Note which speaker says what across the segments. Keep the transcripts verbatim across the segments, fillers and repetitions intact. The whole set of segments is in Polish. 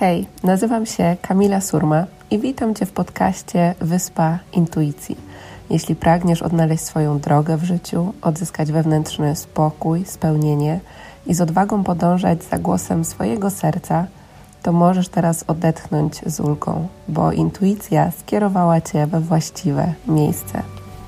Speaker 1: Hej, nazywam się Kamila Surma i witam Cię w podcaście Wyspa Intuicji. Jeśli pragniesz odnaleźć swoją drogę w życiu, odzyskać wewnętrzny spokój, spełnienie i z odwagą podążać za głosem swojego serca, to możesz teraz odetchnąć z ulgą, bo intuicja skierowała Cię we właściwe miejsce.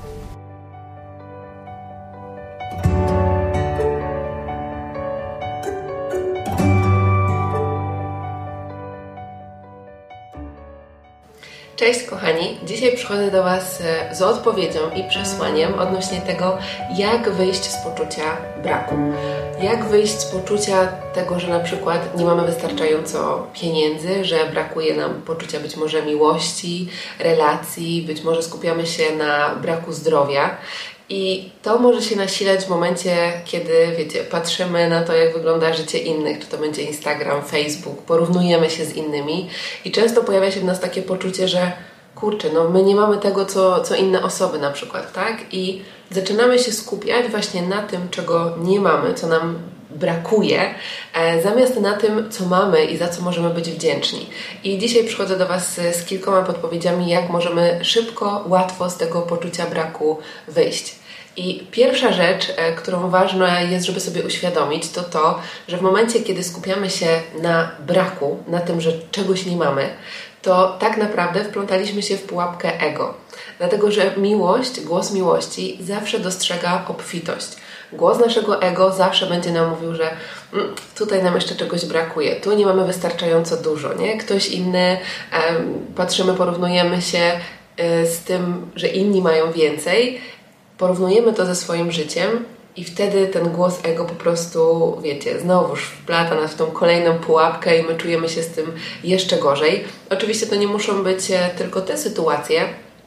Speaker 1: Cześć kochani, dzisiaj przychodzę do Was z odpowiedzią i przesłaniem odnośnie tego, jak wyjść z poczucia braku. Jak wyjść z poczucia tego, że na przykład nie mamy wystarczająco pieniędzy, że brakuje nam poczucia być może miłości, relacji, być może skupiamy się na braku zdrowia. I to może się nasilać w momencie, kiedy, wiecie, patrzymy na to, jak wygląda życie innych, czy to będzie Instagram, Facebook, porównujemy się z innymi i często pojawia się w nas takie poczucie, że kurczę, no my nie mamy tego, co, co inne osoby na przykład, tak? I zaczynamy się skupiać właśnie na tym, czego nie mamy, co nam brakuje, e, zamiast na tym, co mamy i za co możemy być wdzięczni. I dzisiaj przychodzę do Was z, z kilkoma podpowiedziami, jak możemy szybko, łatwo z tego poczucia braku wyjść. I pierwsza rzecz, e, którą ważne jest, żeby sobie uświadomić, to to, że w momencie, kiedy skupiamy się na braku, na tym, że czegoś nie mamy, to tak naprawdę wplątaliśmy się w pułapkę ego. Dlatego, że miłość, głos miłości zawsze dostrzega obfitość. Głos naszego ego zawsze będzie nam mówił, że mm, tutaj nam jeszcze czegoś brakuje, tu nie mamy wystarczająco dużo, nie? Ktoś inny, em, patrzymy, porównujemy się y, z tym, że inni mają więcej, porównujemy to ze swoim życiem i wtedy ten głos ego po prostu, wiecie, znowuż wplata nas w tą kolejną pułapkę i my czujemy się z tym jeszcze gorzej. Oczywiście to nie muszą być tylko te sytuacje,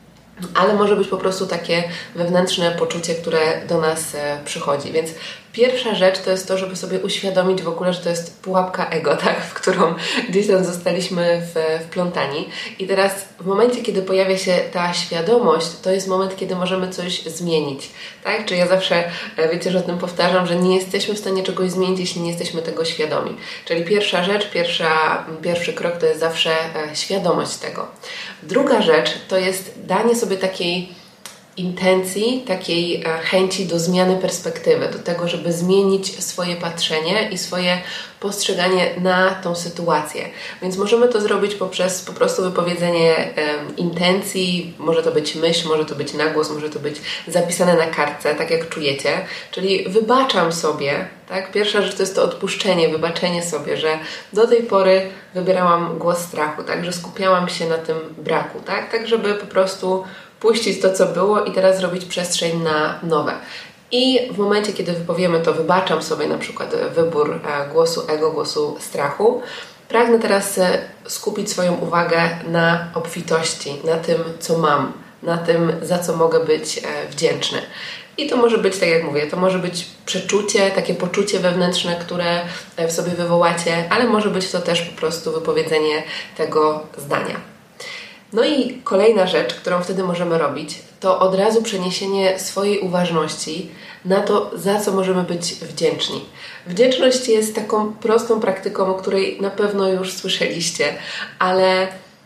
Speaker 1: ale może być po prostu takie wewnętrzne poczucie, które do nas przychodzi. Więc pierwsza rzecz to jest to, żeby sobie uświadomić w ogóle, że to jest pułapka ego, tak, w którą gdzieś tam zostaliśmy w, wplątani. I teraz w momencie, kiedy pojawia się ta świadomość, to jest moment, kiedy możemy coś zmienić. Tak? Czy ja zawsze, wiecie, że o tym powtarzam, że nie jesteśmy w stanie czegoś zmienić, jeśli nie jesteśmy tego świadomi. Czyli pierwsza rzecz, pierwsza, pierwszy krok to jest zawsze świadomość tego. Druga rzecz to jest danie sobie takiej intencji, takiej chęci do zmiany perspektywy, do tego, żeby zmienić swoje patrzenie i swoje postrzeganie na tą sytuację. Więc możemy to zrobić poprzez po prostu wypowiedzenie um, intencji, może to być myśl, może to być nagłos, może to być zapisane na kartce, tak jak czujecie, czyli wybaczam sobie, tak? Pierwsza rzecz to jest to odpuszczenie, wybaczenie sobie, że do tej pory wybierałam głos strachu, tak? Że skupiałam się na tym braku, tak? Tak, żeby po prostu puścić to, co było i teraz zrobić przestrzeń na nowe. I w momencie, kiedy wypowiemy to, wybaczam sobie na przykład wybór głosu ego, głosu strachu, pragnę teraz skupić swoją uwagę na obfitości, na tym, co mam, na tym, za co mogę być wdzięczny. I to może być, tak jak mówię, to może być przeczucie, takie poczucie wewnętrzne, które w sobie wywołacie, ale może być to też po prostu wypowiedzenie tego zdania. No i kolejna rzecz, którą wtedy możemy robić, to od razu przeniesienie swojej uważności na to, za co możemy być wdzięczni. Wdzięczność jest taką prostą praktyką, o której na pewno już słyszeliście, ale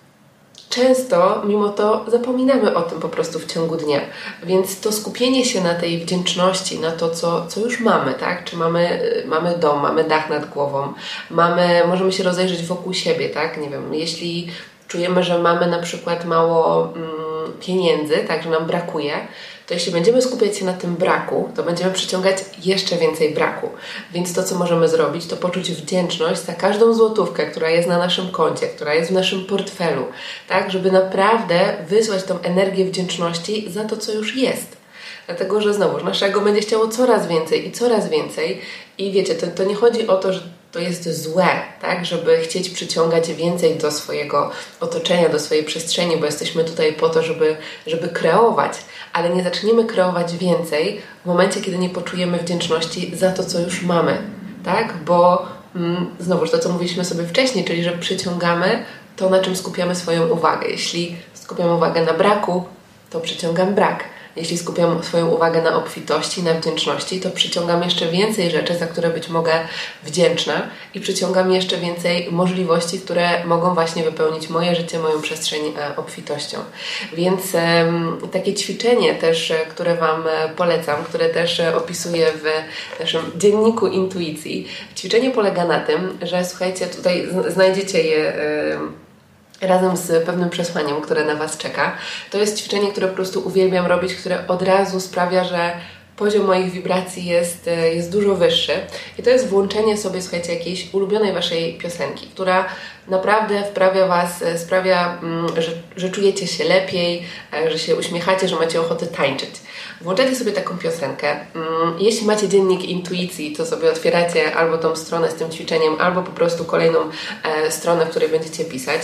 Speaker 1: często mimo to zapominamy o tym po prostu w ciągu dnia. Więc to skupienie się na tej wdzięczności, na to, co, co już mamy, tak? Czy mamy, mamy dom, mamy dach nad głową, mamy, możemy się rozejrzeć wokół siebie, tak? Nie wiem, jeśli czujemy, że mamy na przykład mało mm, pieniędzy, tak, że nam brakuje, to jeśli będziemy skupiać się na tym braku, to będziemy przyciągać jeszcze więcej braku. Więc to, co możemy zrobić, to poczuć wdzięczność za każdą złotówkę, która jest na naszym koncie, która jest w naszym portfelu, tak, żeby naprawdę wysłać tą energię wdzięczności za to, co już jest. Dlatego, że znowu, naszego będzie chciało coraz więcej i coraz więcej i wiecie, to, to nie chodzi o to, że to jest złe, tak, żeby chcieć przyciągać więcej do swojego otoczenia, do swojej przestrzeni, bo jesteśmy tutaj po to, żeby, żeby kreować, ale nie zaczniemy kreować więcej w momencie, kiedy nie poczujemy wdzięczności za to, co już mamy, tak, bo mm, znowuż to, co mówiliśmy sobie wcześniej, czyli że przyciągamy to, na czym skupiamy swoją uwagę. Jeśli skupiamy uwagę na braku, to przyciągam brak. jeśli skupiam swoją uwagę na obfitości, na wdzięczności, to przyciągam jeszcze więcej rzeczy, za które być mogę wdzięczna i przyciągam jeszcze więcej możliwości, które mogą właśnie wypełnić moje życie, moją przestrzeń obfitością. Więc um, takie ćwiczenie też, które Wam polecam, które też opisuję w naszym dzienniku intuicji. Ćwiczenie polega na tym, że słuchajcie, tutaj znajdziecie je um, razem z pewnym przesłaniem, które na Was czeka. To jest ćwiczenie, które po prostu uwielbiam robić, które od razu sprawia, że poziom moich wibracji jest, jest dużo wyższy. I to jest włączenie sobie, słuchajcie, jakiejś ulubionej Waszej piosenki, która naprawdę wprawia Was, sprawia, że, że czujecie się lepiej, że się uśmiechacie, że macie ochotę tańczyć. Włączacie sobie taką piosenkę. Jeśli macie dziennik intuicji, to sobie otwieracie albo tą stronę z tym ćwiczeniem, albo po prostu kolejną stronę, w której będziecie pisać.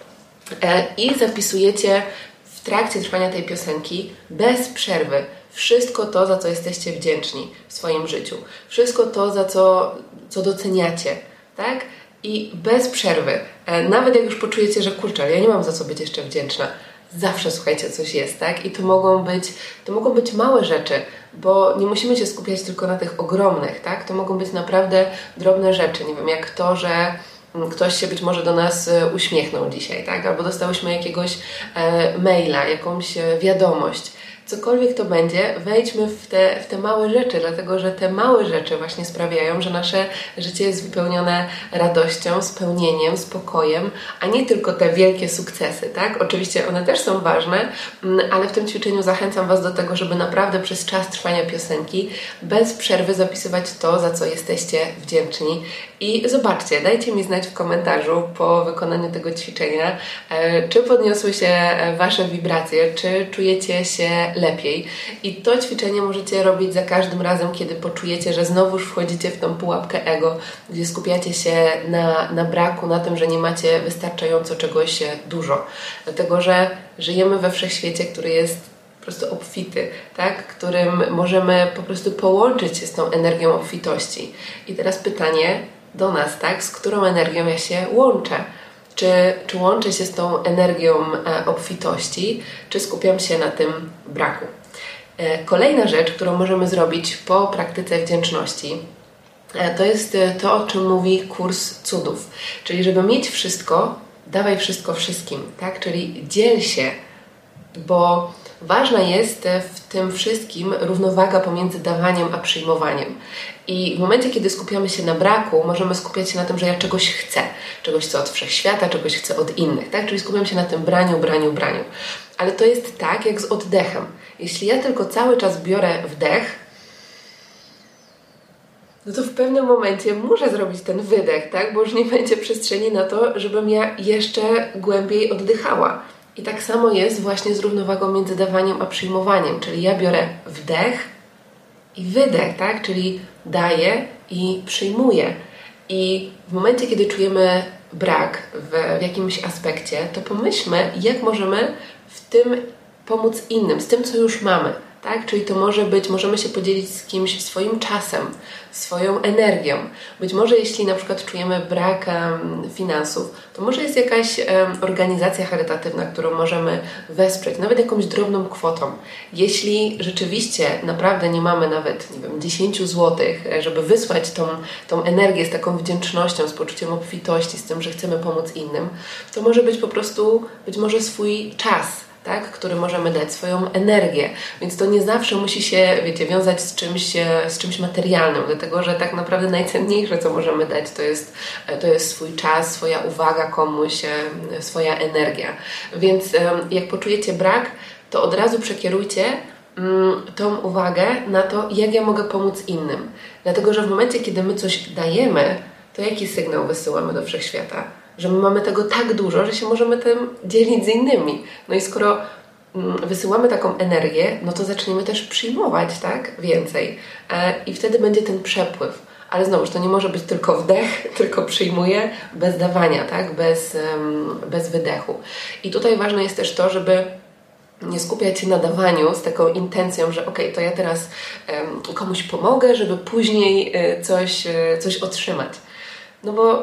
Speaker 1: I zapisujecie w trakcie trwania tej piosenki bez przerwy wszystko to, za co jesteście wdzięczni w swoim życiu. Wszystko to, za co, co doceniacie, tak? I bez przerwy. Nawet jak już poczujecie, że kurczę, ja nie mam za co być jeszcze wdzięczna. Zawsze, słuchajcie, coś jest, tak? I to mogą być, to mogą być małe rzeczy, bo nie musimy się skupiać tylko na tych ogromnych, tak? To mogą być naprawdę drobne rzeczy. Nie wiem, jak to, że ktoś się być może do nas uśmiechnął dzisiaj, tak? Albo dostałyśmy jakiegoś e, maila, jakąś wiadomość. Cokolwiek to będzie, wejdźmy w te, w te małe rzeczy, dlatego że te małe rzeczy właśnie sprawiają, że nasze życie jest wypełnione radością, spełnieniem, spokojem, a nie tylko te wielkie sukcesy, tak? Oczywiście one też są ważne, ale w tym ćwiczeniu zachęcam Was do tego, żeby naprawdę przez czas trwania piosenki bez przerwy zapisywać to, za co jesteście wdzięczni. I zobaczcie, dajcie mi znać w komentarzu po wykonaniu tego ćwiczenia, czy podniosły się Wasze wibracje, czy czujecie się lepiej. I to ćwiczenie możecie robić za każdym razem, kiedy poczujecie, że znowuż wchodzicie w tą pułapkę ego, gdzie skupiacie się na, na braku, na tym, że nie macie wystarczająco czegoś dużo. Dlatego, że żyjemy we wszechświecie, który jest po prostu obfity, tak? Którym możemy po prostu połączyć się z tą energią obfitości. I teraz pytanie do nas, tak? Z którą energią ja się łączę? Czy, czy łączę się z tą energią e, obfitości, czy skupiam się na tym braku? E, kolejna rzecz, którą możemy zrobić po praktyce wdzięczności, e, to jest to, o czym mówi kurs cudów. Czyli żeby mieć wszystko, dawaj wszystko wszystkim, tak? Czyli dziel się, bo ważna jest w tym wszystkim równowaga pomiędzy dawaniem a przyjmowaniem. I w momencie, kiedy skupiamy się na braku, możemy skupiać się na tym, że ja czegoś chcę. Czegoś chcę od wszechświata, czegoś chcę od innych, tak? Czyli skupiam się na tym braniu, braniu, braniu. Ale to jest tak, jak z oddechem. Jeśli ja tylko cały czas biorę wdech, no to w pewnym momencie muszę zrobić ten wydech, tak? Bo już nie będzie przestrzeni na to, żebym ja jeszcze głębiej oddychała. I tak samo jest właśnie z równowagą między dawaniem a przyjmowaniem. Czyli ja biorę wdech i wydech, tak? Czyli daję i przyjmuję. I w momencie, kiedy czujemy brak w, w jakimś aspekcie, to pomyślmy, jak możemy w tym pomóc innym, z tym, co już mamy. Tak? Czyli to może być, możemy się podzielić z kimś swoim czasem, swoją energią. Być może jeśli na przykład czujemy brak um, finansów, to może jest jakaś um, organizacja charytatywna, którą możemy wesprzeć, nawet jakąś drobną kwotą. Jeśli rzeczywiście naprawdę nie mamy nawet, nie wiem, dziesięć złotych, żeby wysłać tą, tą energię z taką wdzięcznością, z poczuciem obfitości, z tym, że chcemy pomóc innym, to może być po prostu, być może swój czas, tak, który możemy dać, swoją energię. Więc to nie zawsze musi się, wiecie, wiązać z czymś, z czymś materialnym, dlatego że tak naprawdę najcenniejsze, co możemy dać, to jest, to jest swój czas, swoja uwaga komuś, swoja energia. Więc jak poczujecie brak, to od razu przekierujcie tą uwagę na to, jak ja mogę pomóc innym. Dlatego, że w momencie, kiedy my coś dajemy, to jaki sygnał wysyłamy do wszechświata? Że my mamy tego tak dużo, że się możemy tym dzielić z innymi. No i skoro wysyłamy taką energię, no to zaczniemy też przyjmować, tak? Więcej. I wtedy będzie ten przepływ. Ale znowuż, to nie może być tylko wdech, tylko przyjmuję bez dawania, tak? Bez, bez wydechu. I tutaj ważne jest też to, żeby nie skupiać się na dawaniu z taką intencją, że okej, okay, to ja teraz um, komuś pomogę, żeby później y, coś, y, coś otrzymać. No bo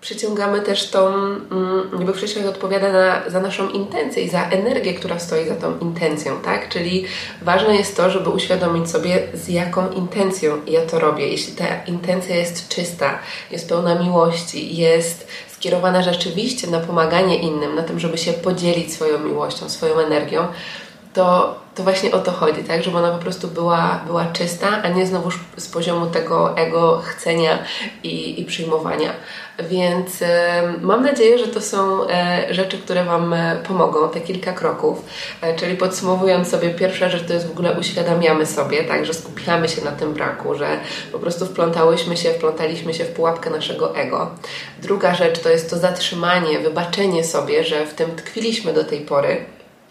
Speaker 1: przyciągamy też tą, jakby wszechświat odpowiada na, za naszą intencję i za energię, która stoi za tą intencją, tak? Czyli ważne jest to, żeby uświadomić sobie, z jaką intencją ja to robię. Jeśli ta intencja jest czysta, jest pełna miłości, jest skierowana rzeczywiście na pomaganie innym, na tym, żeby się podzielić swoją miłością, swoją energią, to, to właśnie o to chodzi, tak? Żeby ona po prostu była, była czysta, a nie znowuż z poziomu tego ego chcenia i, i przyjmowania. Więc e, mam nadzieję, że to są e, rzeczy, które Wam e, pomogą, te kilka kroków. E, czyli podsumowując sobie, pierwsza rzecz to jest w ogóle uświadamiamy sobie, tak, że skupiamy się na tym braku, że po prostu wplątałyśmy się, wplątaliśmy się w pułapkę naszego ego. Druga rzecz to jest to zatrzymanie, wybaczenie sobie, że w tym tkwiliśmy do tej pory.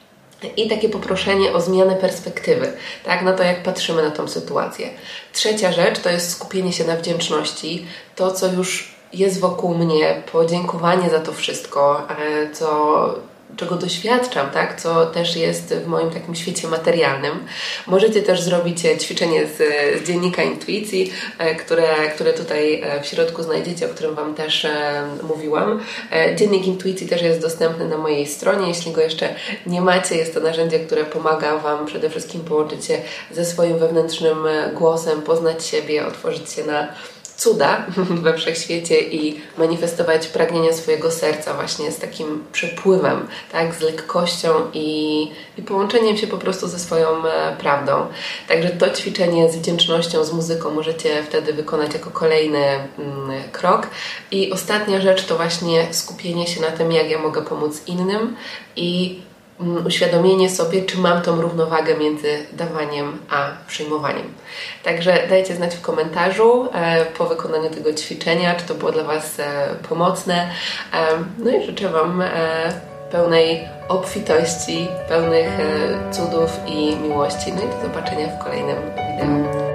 Speaker 1: I takie poproszenie o zmianę perspektywy, tak, na to, jak patrzymy na tą sytuację. Trzecia rzecz to jest skupienie się na wdzięczności. To, co już jest wokół mnie, podziękowanie za to wszystko, co, czego doświadczam, tak, co też jest w moim takim świecie materialnym. Możecie też zrobić ćwiczenie z, z dziennika intuicji, które, które tutaj w środku znajdziecie, o którym Wam też mówiłam. Dziennik intuicji też jest dostępny na mojej stronie. Jeśli go jeszcze nie macie, jest to narzędzie, które pomaga Wam przede wszystkim połączyć się ze swoim wewnętrznym głosem, poznać siebie, otworzyć się na cuda we wszechświecie i manifestować pragnienia swojego serca właśnie z takim przepływem, tak, z lekkością i, i połączeniem się po prostu ze swoją e, prawdą. Także to ćwiczenie z wdzięcznością, z muzyką możecie wtedy wykonać jako kolejny mm, krok. I ostatnia rzecz to właśnie skupienie się na tym, jak ja mogę pomóc innym i uświadomienie sobie, czy mam tą równowagę między dawaniem a przyjmowaniem. Także dajcie znać w komentarzu e, po wykonaniu tego ćwiczenia, czy to było dla Was e, pomocne. E, no i życzę Wam e, pełnej obfitości, pełnych e, cudów i miłości. No i do zobaczenia w kolejnym wideo.